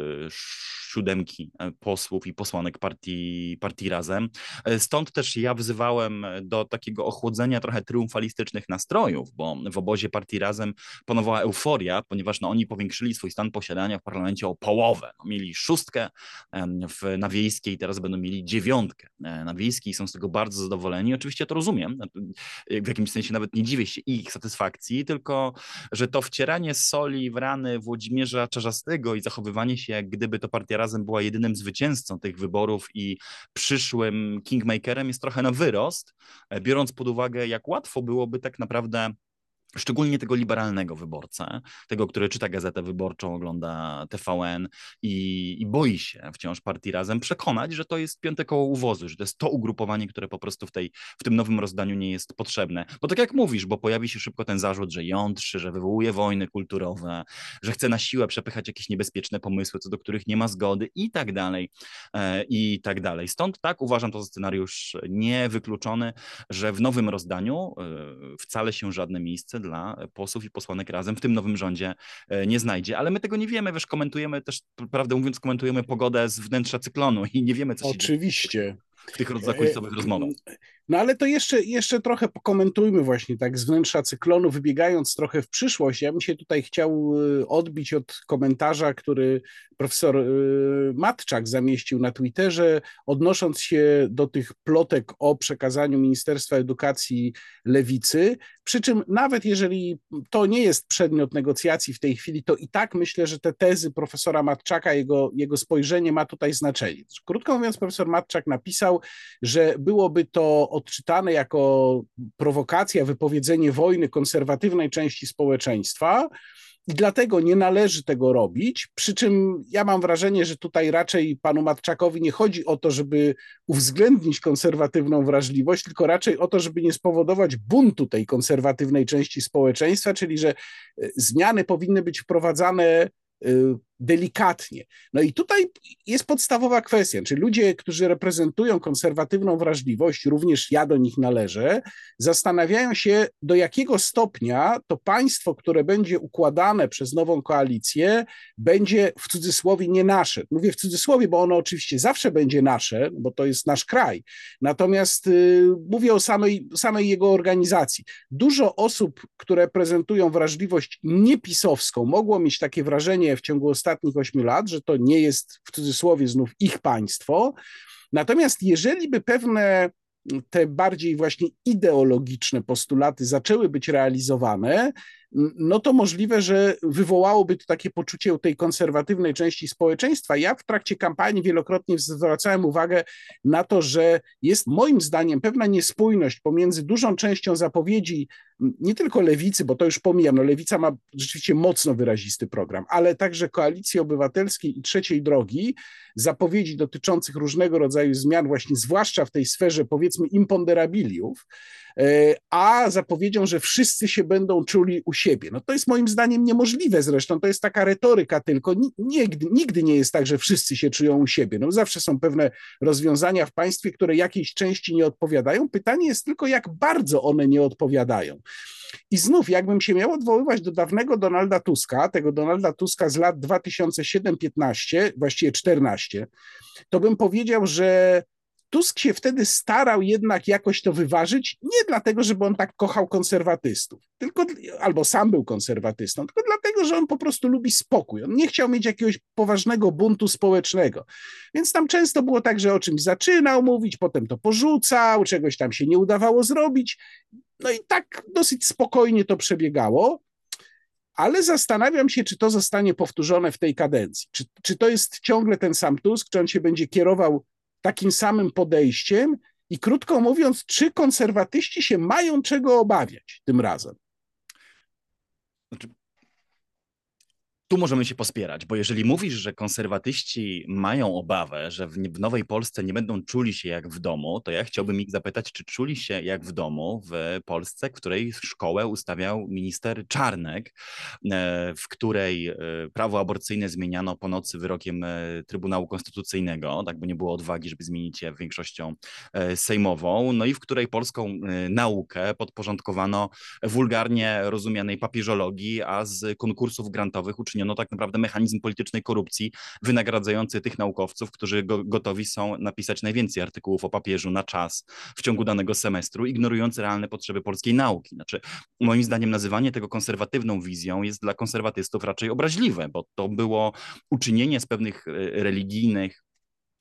B: siódemki e, posłów i posłanek partii, partii Razem. E, Stąd też ja wzywałem do takiego ochłodzenia trochę triumfalistycznych nastrojów, bo w obozie partii Razem panowała euforia, ponieważ no, oni powiększyli swój stan posiadania w parlamencie o połowę. No, mieli szóstkę em, w, na Wiejskiej, teraz będą mieli dziewiątkę e, na Wiejskiej, są z tego bardzo zadowoleni. Oczywiście ja to rozumiem, w jakimś sensie nawet nie dziwię się ich satysfakcji, tylko że to wcieranie soli w rany Włodzimierza Czarzastego i zachowywanie się, jak gdyby to Partia Razem była jedynym zwycięzcą tych wyborów i przyszłym kingmakerem, jest trochę na wyrost, e, biorąc pod uwagę, jak łatwo byłoby tak naprawdę szczególnie tego liberalnego wyborcę, tego, który czyta Gazetę Wyborczą, ogląda T V N i, i boi się wciąż partii Razem, przekonać, że to jest piąte koło uwozu, że to jest to ugrupowanie, które po prostu w, tej, w tym nowym rozdaniu nie jest potrzebne. Bo tak jak mówisz, bo pojawi się szybko ten zarzut, że jątrzy, że wywołuje wojny kulturowe, że chce na siłę przepychać jakieś niebezpieczne pomysły, co do których nie ma zgody i tak dalej, e, i tak dalej. Stąd tak uważam to za scenariusz niewykluczony, że w nowym rozdaniu e, wcale się żadne miejsce dla posłów i posłanek Razem w tym nowym rządzie e, nie znajdzie. Ale my tego nie wiemy, wiesz, komentujemy też, prawdę mówiąc, komentujemy pogodę z wnętrza cyklonu i nie wiemy, co się dzieje
A: Oczywiście.
B: w tych
A: E,
B: zakulisowych rozmowach.
A: No ale to jeszcze, jeszcze trochę pokomentujmy właśnie tak z wnętrza cyklonu, wybiegając trochę w przyszłość. Ja bym się tutaj chciał y, odbić od komentarza, który profesor y, Matczak zamieścił na Twitterze, odnosząc się do tych plotek o przekazaniu Ministerstwa Edukacji Lewicy. Przy czym nawet jeżeli to nie jest przedmiot negocjacji w tej chwili, to i tak myślę, że te tezy profesora Matczaka, jego, jego spojrzenie ma tutaj znaczenie. Krótko mówiąc, profesor Matczak napisał, że byłoby to odczytane jako prowokacja, wypowiedzenie wojny konserwatywnej części społeczeństwa i dlatego nie należy tego robić, przy czym ja mam wrażenie, że tutaj raczej panu Matczakowi nie chodzi o to, żeby uwzględnić konserwatywną wrażliwość, tylko raczej o to, żeby nie spowodować buntu tej konserwatywnej części społeczeństwa, czyli że zmiany powinny być wprowadzane delikatnie. No i tutaj jest podstawowa kwestia, czy ludzie, którzy reprezentują konserwatywną wrażliwość, również ja do nich należę, zastanawiają się, do jakiego stopnia to państwo, które będzie układane przez nową koalicję, będzie w cudzysłowie nie nasze. Mówię w cudzysłowie, bo ono oczywiście zawsze będzie nasze, bo to jest nasz kraj. Natomiast y, mówię o samej, samej jego organizacji. Dużo osób, które prezentują wrażliwość niepisowską, mogło mieć takie wrażenie w ciągu ostatnich ośmiu lat, że to nie jest w cudzysłowie znów ich państwo. Natomiast jeżeli by pewne te bardziej właśnie ideologiczne postulaty zaczęły być realizowane, no to możliwe, że wywołałoby to takie poczucie tej konserwatywnej części społeczeństwa. Ja w trakcie kampanii wielokrotnie zwracałem uwagę na to, że jest moim zdaniem pewna niespójność pomiędzy dużą częścią zapowiedzi nie tylko Lewicy, bo to już pomijam, no Lewica ma rzeczywiście mocno wyrazisty program, ale także Koalicji Obywatelskiej i Trzeciej Drogi, zapowiedzi dotyczących różnego rodzaju zmian, właśnie zwłaszcza w tej sferze powiedzmy imponderabiliów, a zapowiedzią, że wszyscy się będą czuli u siebie. No to jest moim zdaniem niemożliwe zresztą, to jest taka retoryka tylko. Nigdy, nigdy nie jest tak, że wszyscy się czują u siebie. No zawsze są pewne rozwiązania w państwie, które jakiejś części nie odpowiadają. Pytanie jest tylko, jak bardzo one nie odpowiadają. I znów, jakbym się miał odwoływać do dawnego Donalda Tuska, tego Donalda Tuska z lat dwa tysiące siedem piętnaście, właściwie czternaście, to bym powiedział, że Tusk się wtedy starał jednak jakoś to wyważyć, nie dlatego, żeby on tak kochał konserwatystów, tylko, albo sam był konserwatystą, tylko dlatego, że on po prostu lubi spokój. On nie chciał mieć jakiegoś poważnego buntu społecznego. Więc tam często było tak, że o czymś zaczynał mówić, potem to porzucał, czegoś tam się nie udawało zrobić. No i tak dosyć spokojnie to przebiegało. Ale zastanawiam się, czy to zostanie powtórzone w tej kadencji. Czy, czy to jest ciągle ten sam Tusk, czy on się będzie kierował takim samym podejściem i krótko mówiąc, czy konserwatyści się mają czego obawiać tym razem?
B: Znaczy, tu możemy się pospierać, bo jeżeli mówisz, że konserwatyści mają obawę, że w, w Nowej Polsce nie będą czuli się jak w domu, to ja chciałbym ich zapytać, czy czuli się jak w domu w Polsce, w której szkołę ustawiał minister Czarnek, w której prawo aborcyjne zmieniano po nocy wyrokiem Trybunału Konstytucyjnego, tak, bo nie było odwagi, żeby zmienić je większością sejmową, no i w której polską naukę podporządkowano wulgarnie rozumianej papieżologii, a z konkursów grantowych uczyniono tak naprawdę mechanizm politycznej korupcji wynagradzający tych naukowców, którzy go, gotowi są napisać najwięcej artykułów o papieżu na czas w ciągu danego semestru, ignorując realne potrzeby polskiej nauki. Znaczy, moim zdaniem nazywanie tego konserwatywną wizją jest dla konserwatystów raczej obraźliwe, bo to było uczynienie z pewnych religijnych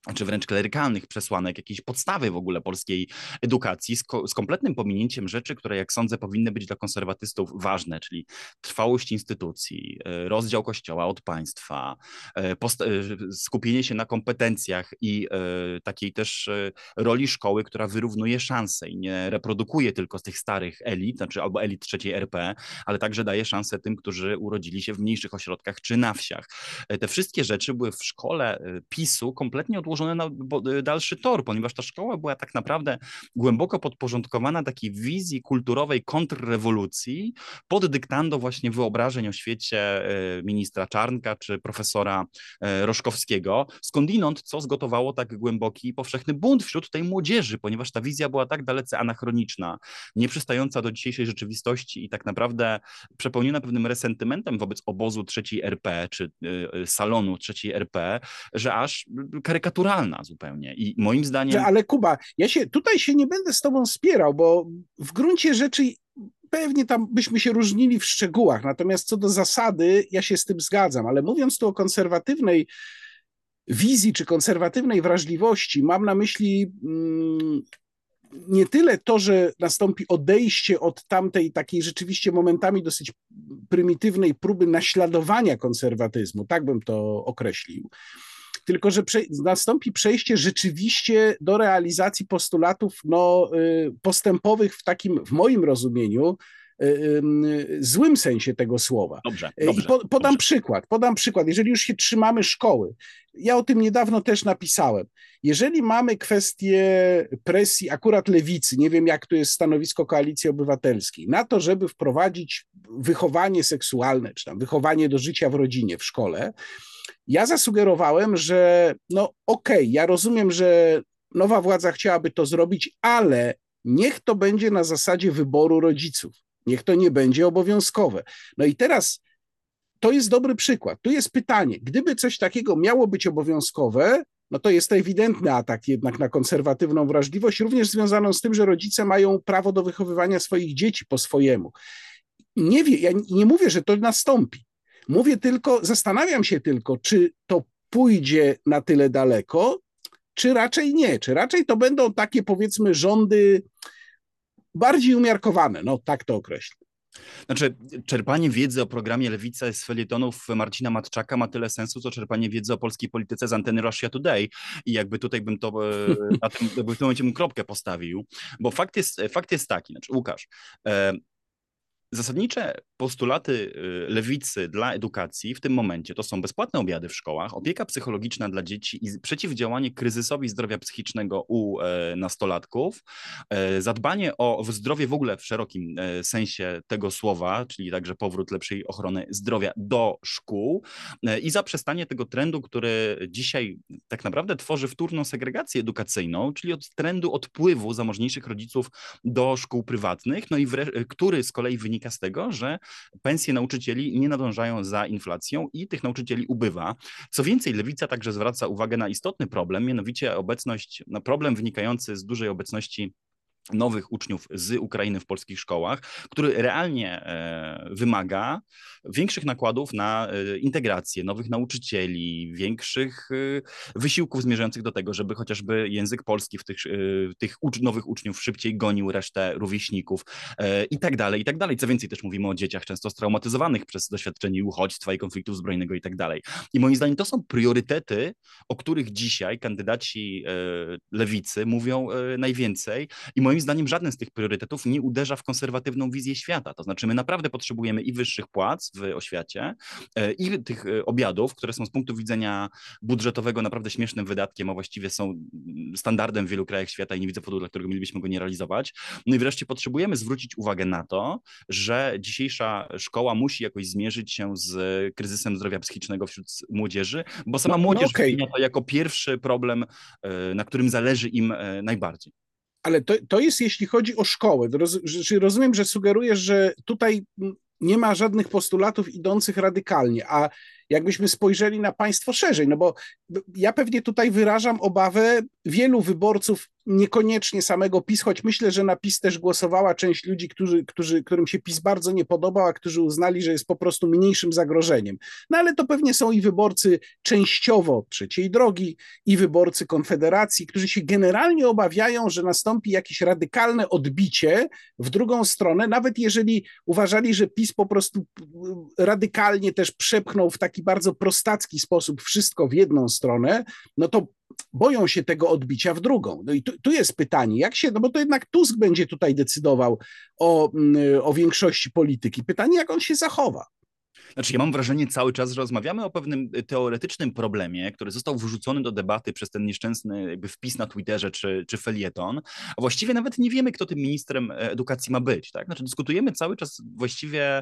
B: czy wręcz klerykalnych przesłanek, jakiejś podstawy w ogóle polskiej edukacji, z, ko z kompletnym pominięciem rzeczy, które jak sądzę powinny być dla konserwatystów ważne, czyli trwałość instytucji, rozdział Kościoła od państwa, skupienie się na kompetencjach i takiej też roli szkoły, która wyrównuje szanse i nie reprodukuje tylko z tych starych elit, znaczy albo elit trzeciej R P, ale także daje szansę tym, którzy urodzili się w mniejszych ośrodkach czy na wsiach. Te wszystkie rzeczy były w szkole PiSu kompletnie odłożone na dalszy tor, ponieważ ta szkoła była tak naprawdę głęboko podporządkowana takiej wizji kulturowej kontrrewolucji pod dyktando właśnie wyobrażeń o świecie ministra Czarnka czy profesora Roszkowskiego, skądinąd co zgotowało tak głęboki i powszechny bunt wśród tej młodzieży, ponieważ ta wizja była tak dalece anachroniczna, nieprzystająca do dzisiejszej rzeczywistości i tak naprawdę przepełniona pewnym resentymentem wobec obozu trzeciej R P czy salonu trzeciej R P, że aż karykaturalna zupełnie. I moim zdaniem...
A: Ale Kuba, ja się tutaj się nie będę z tobą spierał, bo w gruncie rzeczy pewnie tam byśmy się różnili w szczegółach, natomiast co do zasady ja się z tym zgadzam, ale mówiąc tu o konserwatywnej wizji czy konserwatywnej wrażliwości, mam na myśli mm, nie tyle to, że nastąpi odejście od tamtej takiej rzeczywiście momentami dosyć prymitywnej próby naśladowania konserwatyzmu, tak bym to określił, tylko że prze, nastąpi przejście rzeczywiście do realizacji postulatów no, postępowych w takim, w moim rozumieniu, złym sensie tego słowa.
B: Dobrze, dobrze,
A: I po, podam
B: dobrze.
A: przykład, podam przykład. Jeżeli już się trzymamy szkoły, ja o tym niedawno też napisałem. Jeżeli mamy kwestię presji akurat lewicy, nie wiem jak tu jest stanowisko Koalicji Obywatelskiej, na to, żeby wprowadzić wychowanie seksualne, czy tam wychowanie do życia w rodzinie w szkole, ja zasugerowałem, że no okej, okay, ja rozumiem, że nowa władza chciałaby to zrobić, ale niech to będzie na zasadzie wyboru rodziców. Niech to nie będzie obowiązkowe. No i teraz to jest dobry przykład. Tu jest pytanie, gdyby coś takiego miało być obowiązkowe, no to jest to ewidentny atak jednak na konserwatywną wrażliwość, również związaną z tym, że rodzice mają prawo do wychowywania swoich dzieci po swojemu. Nie wie, ja nie mówię, że to nastąpi. Mówię tylko, zastanawiam się tylko, czy to pójdzie na tyle daleko, czy raczej nie. Czy raczej to będą takie, powiedzmy, rządy bardziej umiarkowane, no tak to określę.
B: Znaczy, czerpanie wiedzy o programie Lewica z felietonów Marcina Matczaka ma tyle sensu, co czerpanie wiedzy o polskiej polityce z anteny Russia Today. I jakby tutaj bym to, na tym, jakby w tym momencie bym kropkę postawił, bo fakt jest, fakt jest taki, znaczy Łukasz, e, zasadnicze postulaty lewicy dla edukacji w tym momencie to są bezpłatne obiady w szkołach, opieka psychologiczna dla dzieci i przeciwdziałanie kryzysowi zdrowia psychicznego u nastolatków, zadbanie o zdrowie w ogóle w szerokim sensie tego słowa, czyli także powrót lepszej ochrony zdrowia do szkół i zaprzestanie tego trendu, który dzisiaj tak naprawdę tworzy wtórną segregację edukacyjną, czyli od trendu odpływu zamożniejszych rodziców do szkół prywatnych, no i który z kolei wynika z tego, że pensje nauczycieli nie nadążają za inflacją i tych nauczycieli ubywa. Co więcej, Lewica także zwraca uwagę na istotny problem, mianowicie obecność, no problem wynikający z dużej obecności nowych uczniów z Ukrainy w polskich szkołach, który realnie e, wymaga większych nakładów na e, integrację nowych nauczycieli, większych e, wysiłków zmierzających do tego, żeby chociażby język polski w tych, e, tych ucz nowych uczniów szybciej gonił resztę rówieśników e, i tak dalej, i tak dalej. Co więcej, też mówimy o dzieciach często straumatyzowanych przez doświadczenie uchodźstwa i konfliktu zbrojnego i tak dalej. I moim zdaniem to są priorytety, o których dzisiaj kandydaci e, lewicy mówią e, najwięcej i moim zdaniem żaden z tych priorytetów nie uderza w konserwatywną wizję świata. To znaczy my naprawdę potrzebujemy i wyższych płac w oświacie, i tych obiadów, które są z punktu widzenia budżetowego naprawdę śmiesznym wydatkiem, a właściwie są standardem w wielu krajach świata i nie widzę powodu, dla którego mielibyśmy go nie realizować. No i wreszcie potrzebujemy zwrócić uwagę na to, że dzisiejsza szkoła musi jakoś zmierzyć się z kryzysem zdrowia psychicznego wśród młodzieży, bo sama
A: no,
B: młodzież
A: no okay.
B: wymienia to jako pierwszy problem, na którym zależy im najbardziej.
A: Ale to, to jest jeśli chodzi o szkołę. Roz, że, rozumiem, że sugerujesz, że tutaj nie ma żadnych postulatów idących radykalnie, a jakbyśmy spojrzeli na państwo szerzej, no bo ja pewnie tutaj wyrażam obawę wielu wyborców, niekoniecznie samego PiS, choć myślę, że na PiS też głosowała część ludzi, którzy, którzy, którym się PiS bardzo nie podobał, a którzy uznali, że jest po prostu mniejszym zagrożeniem. No ale to pewnie są i wyborcy częściowo Trzeciej Drogi, i wyborcy Konfederacji, którzy się generalnie obawiają, że nastąpi jakieś radykalne odbicie w drugą stronę, nawet jeżeli uważali, że PiS po prostu radykalnie też przepchnął w taki bardzo prostacki sposób wszystko w jedną stronę, no to boją się tego odbicia w drugą. No i tu, tu jest pytanie, jak się, no bo to jednak Tusk będzie tutaj decydował o, o większości polityki. Pytanie, jak on się zachowa.
B: Znaczy, ja mam wrażenie cały czas, że rozmawiamy o pewnym teoretycznym problemie, który został wrzucony do debaty przez ten nieszczęsny jakby wpis na Twitterze czy, czy felieton, a właściwie nawet nie wiemy, kto tym ministrem edukacji ma być. Tak? Znaczy, dyskutujemy cały czas właściwie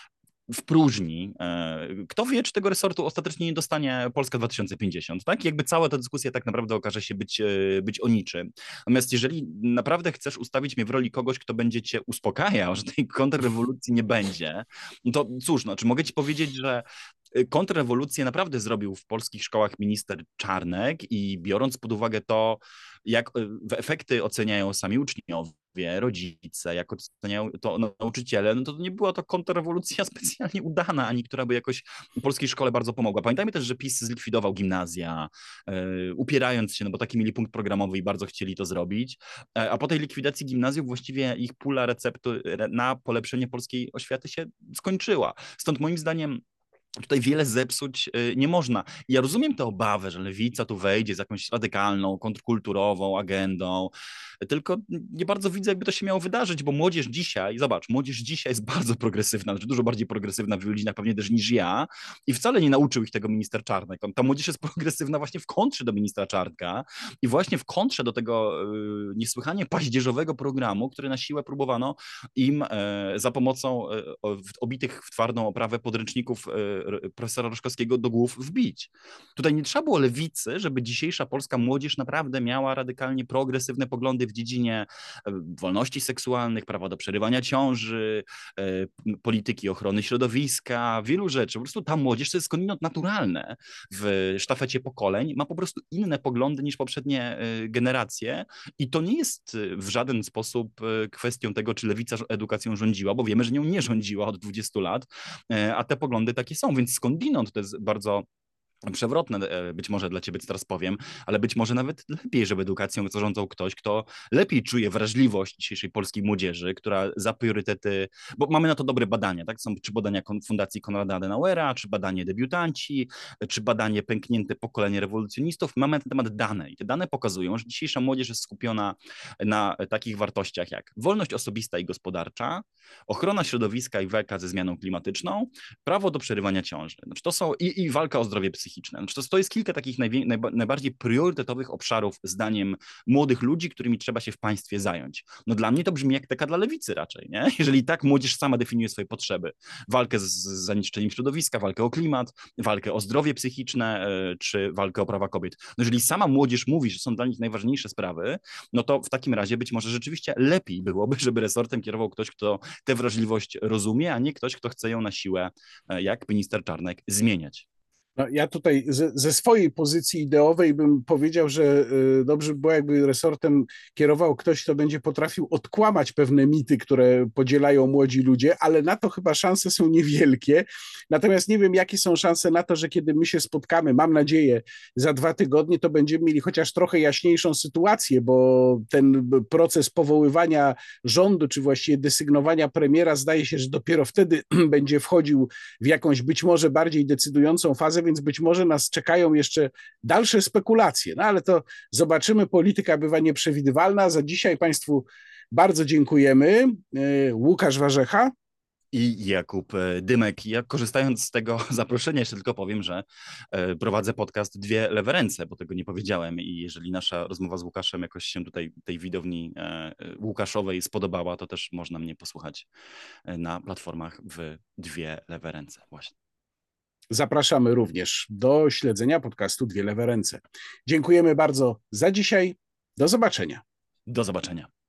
B: w próżni. Kto wie, czy tego resortu ostatecznie nie dostanie Polska dwa tysiące pięćdziesiąt, tak? Jakby cała ta dyskusja tak naprawdę okaże się być, być o niczym. Natomiast jeżeli naprawdę chcesz ustawić mnie w roli kogoś, kto będzie cię uspokajał, że tej kontrrewolucji nie będzie, no to cóż, no, czy mogę ci powiedzieć, że kontrrewolucję naprawdę zrobił w polskich szkołach minister Czarnek i biorąc pod uwagę to, jak efekty oceniają sami uczniowie, rodzice, jak oceniają to nauczyciele, no to nie była to kontrrewolucja specjalnie udana, ani która by jakoś polskiej szkole bardzo pomogła. Pamiętajmy też, że PiS zlikwidował gimnazja, upierając się, no bo taki mieli punkt programowy i bardzo chcieli to zrobić, a po tej likwidacji gimnazjów właściwie ich pula receptur na polepszenie polskiej oświaty się skończyła. Stąd moim zdaniem tutaj wiele zepsuć nie można. Ja rozumiem tę obawę, że lewica tu wejdzie z jakąś radykalną, kontrkulturową agendą, tylko nie bardzo widzę, jakby to się miało wydarzyć, bo młodzież dzisiaj, zobacz, młodzież dzisiaj jest bardzo progresywna, znaczy dużo bardziej progresywna w rodzinach pewnie też niż ja i wcale nie nauczył ich tego minister Czarnek. Ta młodzież jest progresywna właśnie w kontrze do ministra Czarnka i właśnie w kontrze do tego y, niesłychanie paździerzowego programu, który na siłę próbowano im y, za pomocą y, obitych w twardą oprawę podręczników y, profesora Roszkowskiego do głów wbić. Tutaj nie trzeba było lewicy, żeby dzisiejsza polska młodzież naprawdę miała radykalnie progresywne poglądy w dziedzinie wolności seksualnych, prawa do przerywania ciąży, polityki ochrony środowiska, wielu rzeczy. Po prostu ta młodzież, to jest skądinąd naturalne w sztafecie pokoleń, ma po prostu inne poglądy niż poprzednie generacje i to nie jest w żaden sposób kwestią tego, czy lewica edukacją rządziła, bo wiemy, że nią nie rządziła od dwudziestu lat, a te poglądy takie są, więc skądinąd to jest bardzo przewrotne być może dla ciebie, co teraz powiem, ale być może nawet lepiej, żeby edukacją zarządzał ktoś, kto lepiej czuje wrażliwość dzisiejszej polskiej młodzieży, która za priorytety, bo mamy na to dobre badania, tak? Są czy badania Fundacji Konrada Adenauera, czy badanie debiutanci, czy badanie pęknięte pokolenie rewolucjonistów. Mamy na ten temat dane i te dane pokazują, że dzisiejsza młodzież jest skupiona na takich wartościach jak wolność osobista i gospodarcza, ochrona środowiska i walka ze zmianą klimatyczną, prawo do przerywania ciąży. Znaczy to są i, i walka o zdrowie psychiczne. Znaczy to, to jest kilka takich najwię, najba, najbardziej priorytetowych obszarów, zdaniem młodych ludzi, którymi trzeba się w państwie zająć. No dla mnie to brzmi jak taka dla lewicy raczej, nie? Jeżeli tak młodzież sama definiuje swoje potrzeby. Walkę z, z zanieczyszczeniem środowiska, walkę o klimat, walkę o zdrowie psychiczne, yy, czy walkę o prawa kobiet. No jeżeli sama młodzież mówi, że są dla nich najważniejsze sprawy, no to w takim razie być może rzeczywiście lepiej byłoby, żeby resortem kierował ktoś, kto tę wrażliwość rozumie, a nie ktoś, kto chce ją na siłę, jak minister Czarnek, zmieniać.
A: No, ja tutaj ze, ze swojej pozycji ideowej bym powiedział, że y, dobrze by było, jakby resortem kierował ktoś, kto będzie potrafił odkłamać pewne mity, które podzielają młodzi ludzie, ale na to chyba szanse są niewielkie. Natomiast nie wiem, jakie są szanse na to, że kiedy my się spotkamy, mam nadzieję, za dwa tygodnie, to będziemy mieli chociaż trochę jaśniejszą sytuację, bo ten proces powoływania rządu, czy właściwie desygnowania premiera, zdaje się, że dopiero wtedy będzie wchodził w jakąś być może bardziej decydującą fazę, więc być może nas czekają jeszcze dalsze spekulacje. No ale to zobaczymy. Polityka bywa nieprzewidywalna. Za dzisiaj Państwu bardzo dziękujemy. Łukasz Warzecha
B: i Jakub Dymek. Ja korzystając z tego zaproszenia jeszcze tylko powiem, że prowadzę podcast Dwie lewe ręce, bo tego nie powiedziałem i jeżeli nasza rozmowa z Łukaszem jakoś się tutaj tej widowni Łukaszowej spodobała, to też można mnie posłuchać na platformach w Dwie lewe ręce właśnie.
A: Zapraszamy również do śledzenia podcastu Dwie lewe ręce. Dziękujemy bardzo za dzisiaj. Do zobaczenia.
B: Do zobaczenia.